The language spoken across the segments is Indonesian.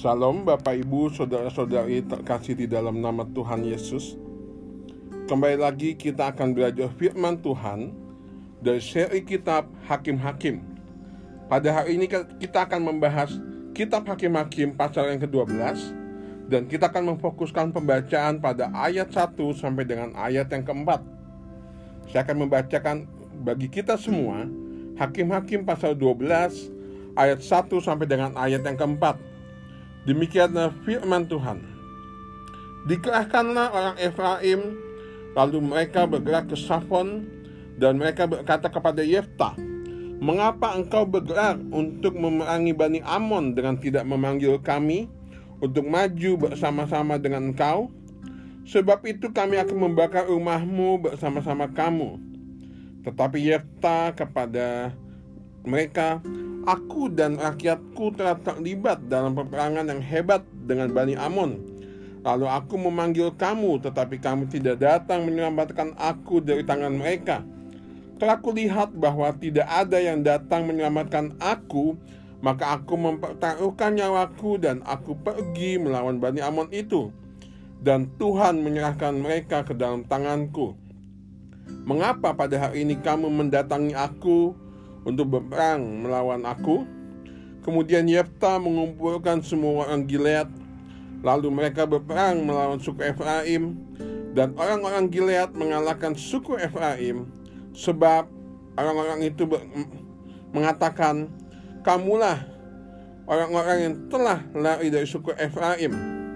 Salam Bapak Ibu, saudara-saudari terkasih di dalam nama Tuhan Yesus. Kembali lagi kita akan belajar firman Tuhan dari seri kitab Hakim-Hakim. Pada hari ini kita akan membahas kitab Hakim-Hakim pasal yang ke-12, dan kita akan memfokuskan pembacaan pada ayat 1 sampai dengan ayat yang ke-4. Saya akan membacakan bagi kita semua Hakim-Hakim pasal 12 ayat 1 sampai dengan ayat yang ke-4. Demikianlah firman Tuhan. Dikerahkanlah orang Efraim, lalu mereka bergerak ke Safon, dan mereka berkata kepada Yeftah, "Mengapa engkau bergerak untuk memerangi Bani Amon dengan tidak memanggil kami untuk maju bersama-sama dengan engkau? Sebab itu kami akan membakar rumahmu bersama-sama kamu." Tetapi Yeftah kepada mereka, "Aku dan rakyatku telah terlibat dalam peperangan yang hebat dengan Bani Amon. Lalu aku memanggil kamu, tetapi kamu tidak datang menyelamatkan aku dari tangan mereka. Telah kulihat bahwa tidak ada yang datang menyelamatkan aku, maka aku mempertaruhkan nyawaku dan aku pergi melawan Bani Amon itu. Dan Tuhan menyerahkan mereka ke dalam tanganku. Mengapa pada hari ini kamu mendatangi aku untuk berperang melawan aku?" Kemudian Yeftah mengumpulkan semua orang Gilead, lalu mereka berperang melawan suku Efraim, dan orang-orang Gilead mengalahkan suku Efraim, sebab orang-orang itu mengatakan, "Kamulah orang-orang yang telah lari dari suku Efraim."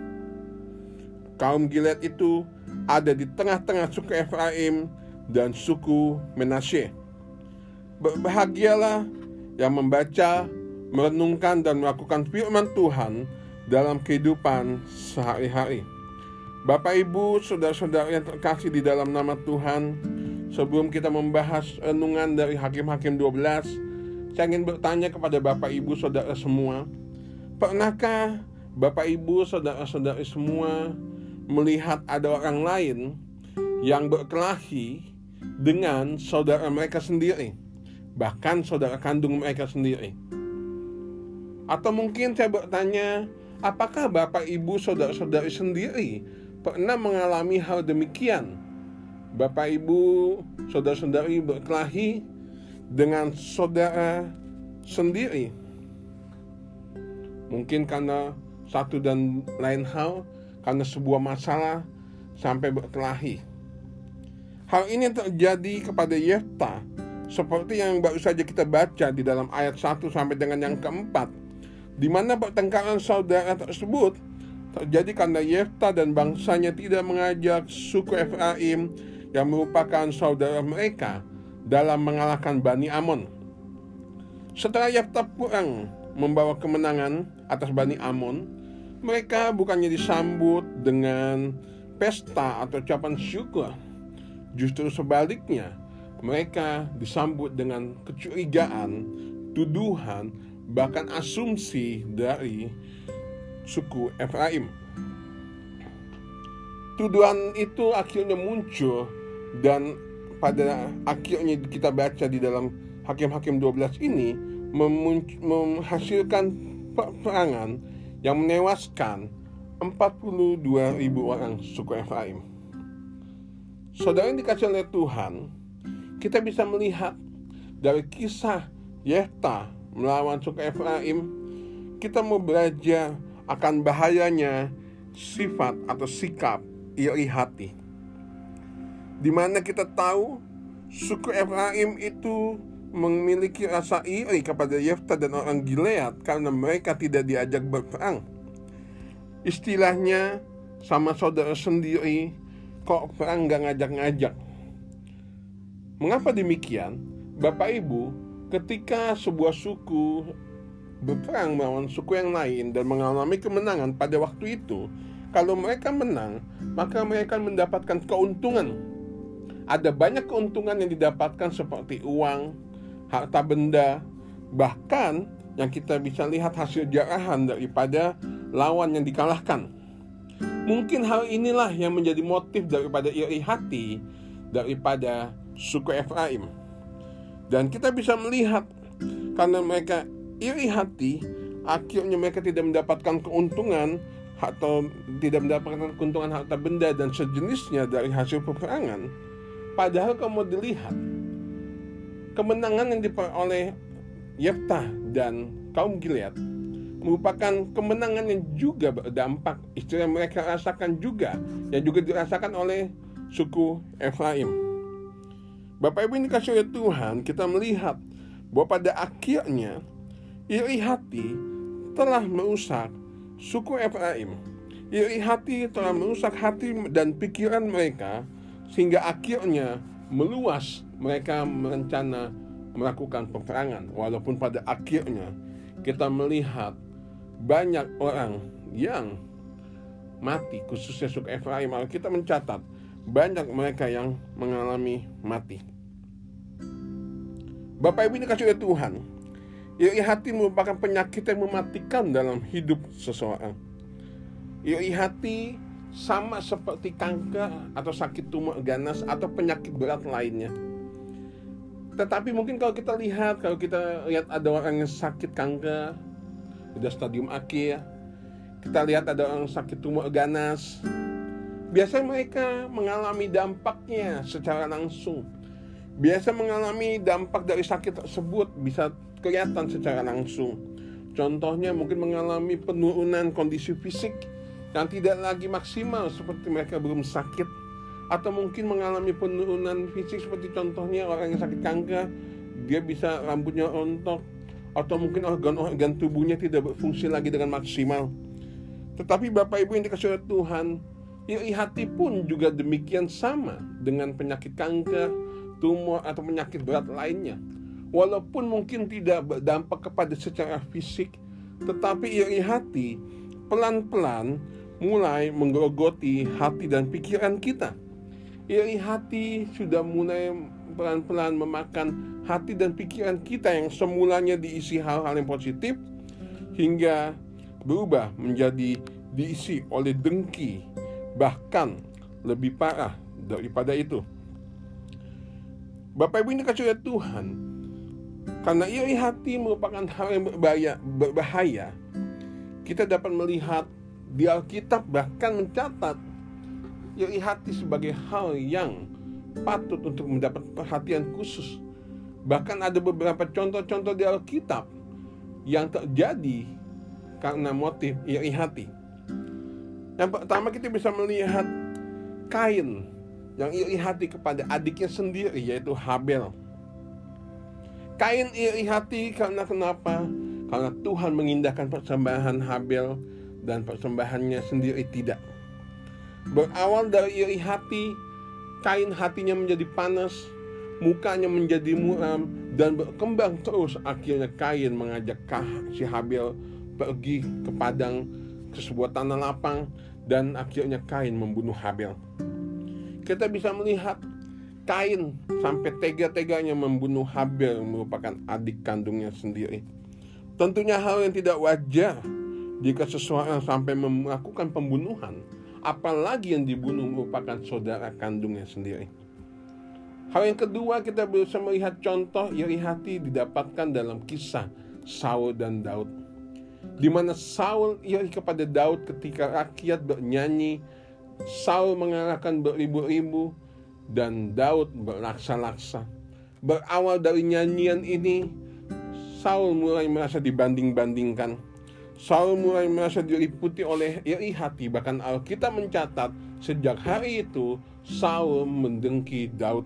Kaum Gilead itu ada di tengah-tengah suku Efraim dan suku Menasye. Berbahagialah yang membaca, merenungkan, dan melakukan firman Tuhan dalam kehidupan sehari-hari. Bapak, Ibu, saudara-saudara yang terkasih di dalam nama Tuhan, sebelum kita membahas renungan dari Hakim-Hakim 12, saya ingin bertanya kepada Bapak, Ibu, saudara semua, pernahkah Bapak, Ibu, saudara-saudari semua melihat ada orang lain yang berkelahi dengan saudara mereka sendiri, bahkan saudara kandung mereka sendiri? Atau mungkin saya bertanya, apakah Bapak, Ibu, saudara-saudari sendiri pernah mengalami hal demikian? Bapak, Ibu, saudara-saudari berkelahi dengan saudara sendiri, mungkin karena satu dan lain hal, karena sebuah masalah sampai berkelahi. Hal ini terjadi kepada Yeftah, seperti yang baru saja kita baca di dalam ayat 1 sampai dengan yang ke-4, di mana pertengkaran saudara tersebut terjadi karena Yeftah dan bangsanya tidak mengajak suku Efraim yang merupakan saudara mereka dalam mengalahkan Bani Amon. Setelah Yeftah pulang membawa kemenangan atas Bani Amon, mereka bukannya disambut dengan pesta atau ucapan syukur. Justru sebaliknya, mereka disambut dengan kecurigaan, tuduhan, bahkan asumsi dari suku Efraim. Tuduhan itu akhirnya muncul, dan pada akhirnya kita baca di dalam Hakim-Hakim 12 ini menghasilkan peperangan yang menewaskan 42.000 orang suku Efraim. Saudara yang dikasihi oleh Tuhan, kita bisa melihat dari kisah Yeftah melawan suku Efraim, kita mau belajar akan bahayanya sifat atau sikap iri hati. Di mana kita tahu suku Efraim itu memiliki rasa iri kepada Yeftah dan orang Gilead karena mereka tidak diajak berperang. Istilahnya, sama saudara sendiri kok perang gak ngajak-ngajak. Mengapa demikian? Bapak, Ibu, ketika sebuah suku berperang melawan suku yang lain dan mengalami kemenangan pada waktu itu, kalau mereka menang, maka mereka mendapatkan keuntungan. Ada banyak keuntungan yang didapatkan seperti uang, harta benda, bahkan yang kita bisa lihat hasil jarahan daripada lawan yang dikalahkan. Mungkin hal inilah yang menjadi motif daripada iri hati daripada suku Efraim. Dan kita bisa melihat karena mereka iri hati, akhirnya mereka tidak mendapatkan keuntungan atau tidak mendapatkan keuntungan harta benda dan sejenisnya dari hasil peperangan. Padahal kalau dilihat, kemenangan yang diperoleh Yeftah dan kaum Gilead merupakan kemenangan yang juga berdampak, istilah mereka rasakan juga, yang juga dirasakan oleh suku Efraim. Bapak Ibu yang dikasihi oleh Tuhan, kita melihat bahwa pada akhirnya iri hati telah merusak suku Efraim. Iri hati telah merusak hati dan pikiran mereka, sehingga akhirnya meluas mereka merencana melakukan peperangan. Walaupun pada akhirnya kita melihat banyak orang yang mati, khususnya suku Efraim. Kita mencatat banyak mereka yang mengalami mati. Bapak Ibu dikasihi oleh Tuhan, iri hati merupakan penyakit yang mematikan dalam hidup seseorang. Iri hati sama seperti kanker atau sakit tumor ganas atau penyakit berat lainnya. Tetapi mungkin kalau kita lihat ada orang yang sakit kanker, sudah stadium akhir, kita lihat ada orang sakit tumor ganas, biasanya mereka mengalami dampaknya secara langsung. Biasa mengalami dampak dari sakit tersebut bisa kelihatan secara langsung. Contohnya mungkin mengalami penurunan kondisi fisik yang tidak lagi maksimal seperti mereka belum sakit, atau mungkin mengalami penurunan fisik seperti contohnya orang yang sakit kanker, dia bisa rambutnya rontok, atau mungkin organ-organ tubuhnya tidak berfungsi lagi dengan maksimal. Tetapi Bapak Ibu yang dikasihi oleh Tuhan, iri hati pun juga demikian sama dengan penyakit kanker, tumor atau penyakit berat lainnya. Walaupun mungkin tidak berdampak kepada secara fisik, tetapi iri hati pelan-pelan mulai menggerogoti hati dan pikiran kita. Iri hati sudah mulai pelan-pelan memakan hati dan pikiran kita yang semulanya diisi hal-hal yang positif, hingga berubah menjadi diisi oleh dengki, bahkan lebih parah daripada itu. Bapak Ibu yang dikasihi oleh Tuhan, karena iri hati merupakan hal yang berbahaya, kita dapat melihat di Alkitab bahkan mencatat iri hati sebagai hal yang patut untuk mendapat perhatian khusus. Bahkan ada beberapa contoh-contoh di Alkitab yang terjadi karena motif iri hati. Yang pertama, kita bisa melihat Kain yang iri hati kepada adiknya sendiri, yaitu Habel. Kain iri hati karena kenapa? Karena Tuhan mengindahkan persembahan Habel dan persembahannya sendiri tidak. Berawal dari iri hati, Kain hatinya menjadi panas, mukanya menjadi muram, dan berkembang terus. Akhirnya Kain mengajak si Habel pergi ke padang, ke sebuah tanah lapang, dan akhirnya Kain membunuh Habel. Kita bisa melihat Kain sampai tega-teganya membunuh Habel, merupakan adik kandungnya sendiri. Tentunya hal yang tidak wajar jika seseorang sampai melakukan pembunuhan, apalagi yang dibunuh merupakan saudara kandungnya sendiri. Hal yang kedua, kita bisa melihat contoh iri hati didapatkan dalam kisah Saul dan Daud, di mana Saul iri kepada Daud ketika rakyat bernyanyi. Saul mengalahkan beribu-ribu dan Daud berlaksa-laksa. Berawal dari nyanyian ini, Saul mulai merasa dibanding-bandingkan. Saul mulai merasa diliputi oleh iri hati. Bahkan Alkitab mencatat sejak hari itu Saul mendengki Daud.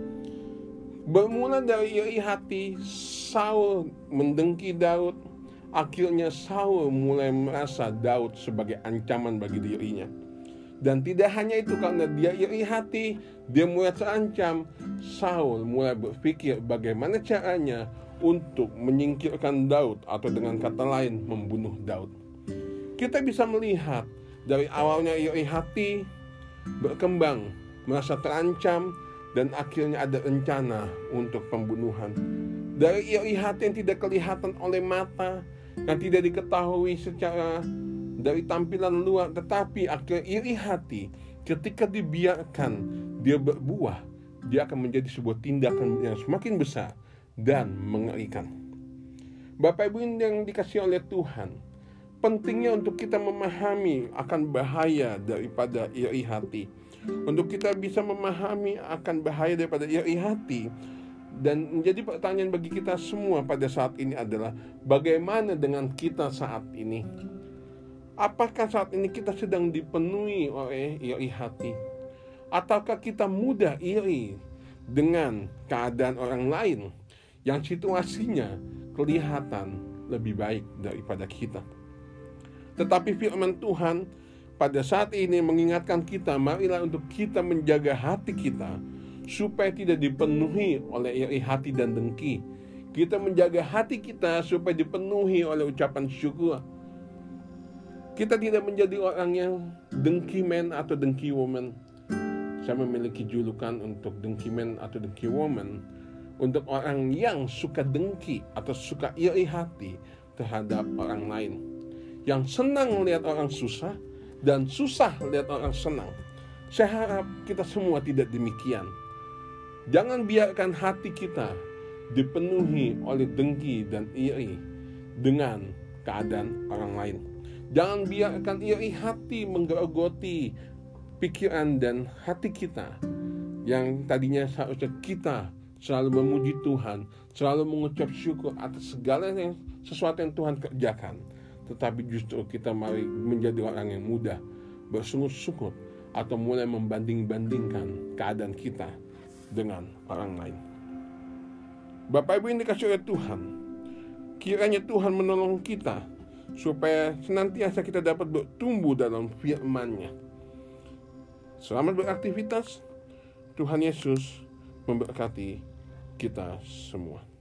Bermula dari iri hati, Saul mendengki Daud. Akhirnya Saul mulai merasa Daud sebagai ancaman bagi dirinya. Dan tidak hanya itu, karena dia iri hati, dia mulai terancam. Saul mulai berpikir bagaimana caranya untuk menyingkirkan Daud, atau dengan kata lain membunuh Daud. Kita bisa melihat dari awalnya iri hati berkembang, merasa terancam, dan akhirnya ada rencana untuk pembunuhan. Dari iri hati yang tidak kelihatan oleh mata, yang tidak diketahui secara dari tampilan luar, tetapi akhirnya iri hati ketika dibiarkan dia berbuah, dia akan menjadi sebuah tindakan yang semakin besar dan mengerikan. Bapak Ibu yang dikasihi oleh Tuhan, pentingnya untuk kita memahami akan bahaya daripada iri hati. Untuk kita bisa memahami akan bahaya daripada iri hati. Dan menjadi pertanyaan bagi kita semua pada saat ini adalah, bagaimana dengan kita saat ini? Apakah saat ini kita sedang dipenuhi oleh iri hati? Ataukah kita mudah iri dengan keadaan orang lain yang situasinya kelihatan lebih baik daripada kita? Tetapi firman Tuhan pada saat ini mengingatkan kita, marilah untuk kita menjaga hati kita supaya tidak dipenuhi oleh iri hati dan dengki. Kita menjaga hati kita supaya dipenuhi oleh ucapan syukur. Kita tidak menjadi orang yang dengki man atau dengki woman. Saya memiliki julukan untuk dengki man atau dengki woman, untuk orang yang suka dengki atau suka iri hati terhadap orang lain, yang senang melihat orang susah dan susah lihat orang senang. Saya harap kita semua tidak demikian. Jangan biarkan hati kita dipenuhi oleh dengki dan iri dengan keadaan orang lain. Jangan biarkan iri hati menggerogoti pikiran dan hati kita, yang tadinya seharusnya kita selalu memuji Tuhan, selalu mengucap syukur atas segala sesuatu yang Tuhan kerjakan. Tetapi justru kita mari menjadi orang yang mudah bersungut-sungut atau mulai membanding-bandingkan keadaan kita dengan orang lain. Bapak Ibu yang dikasihi oleh Tuhan, kiranya Tuhan menolong kita supaya senantiasa kita dapat bertumbuh dalam firman-Nya. Selamat beraktivitas. Tuhan Yesus memberkati kita semua.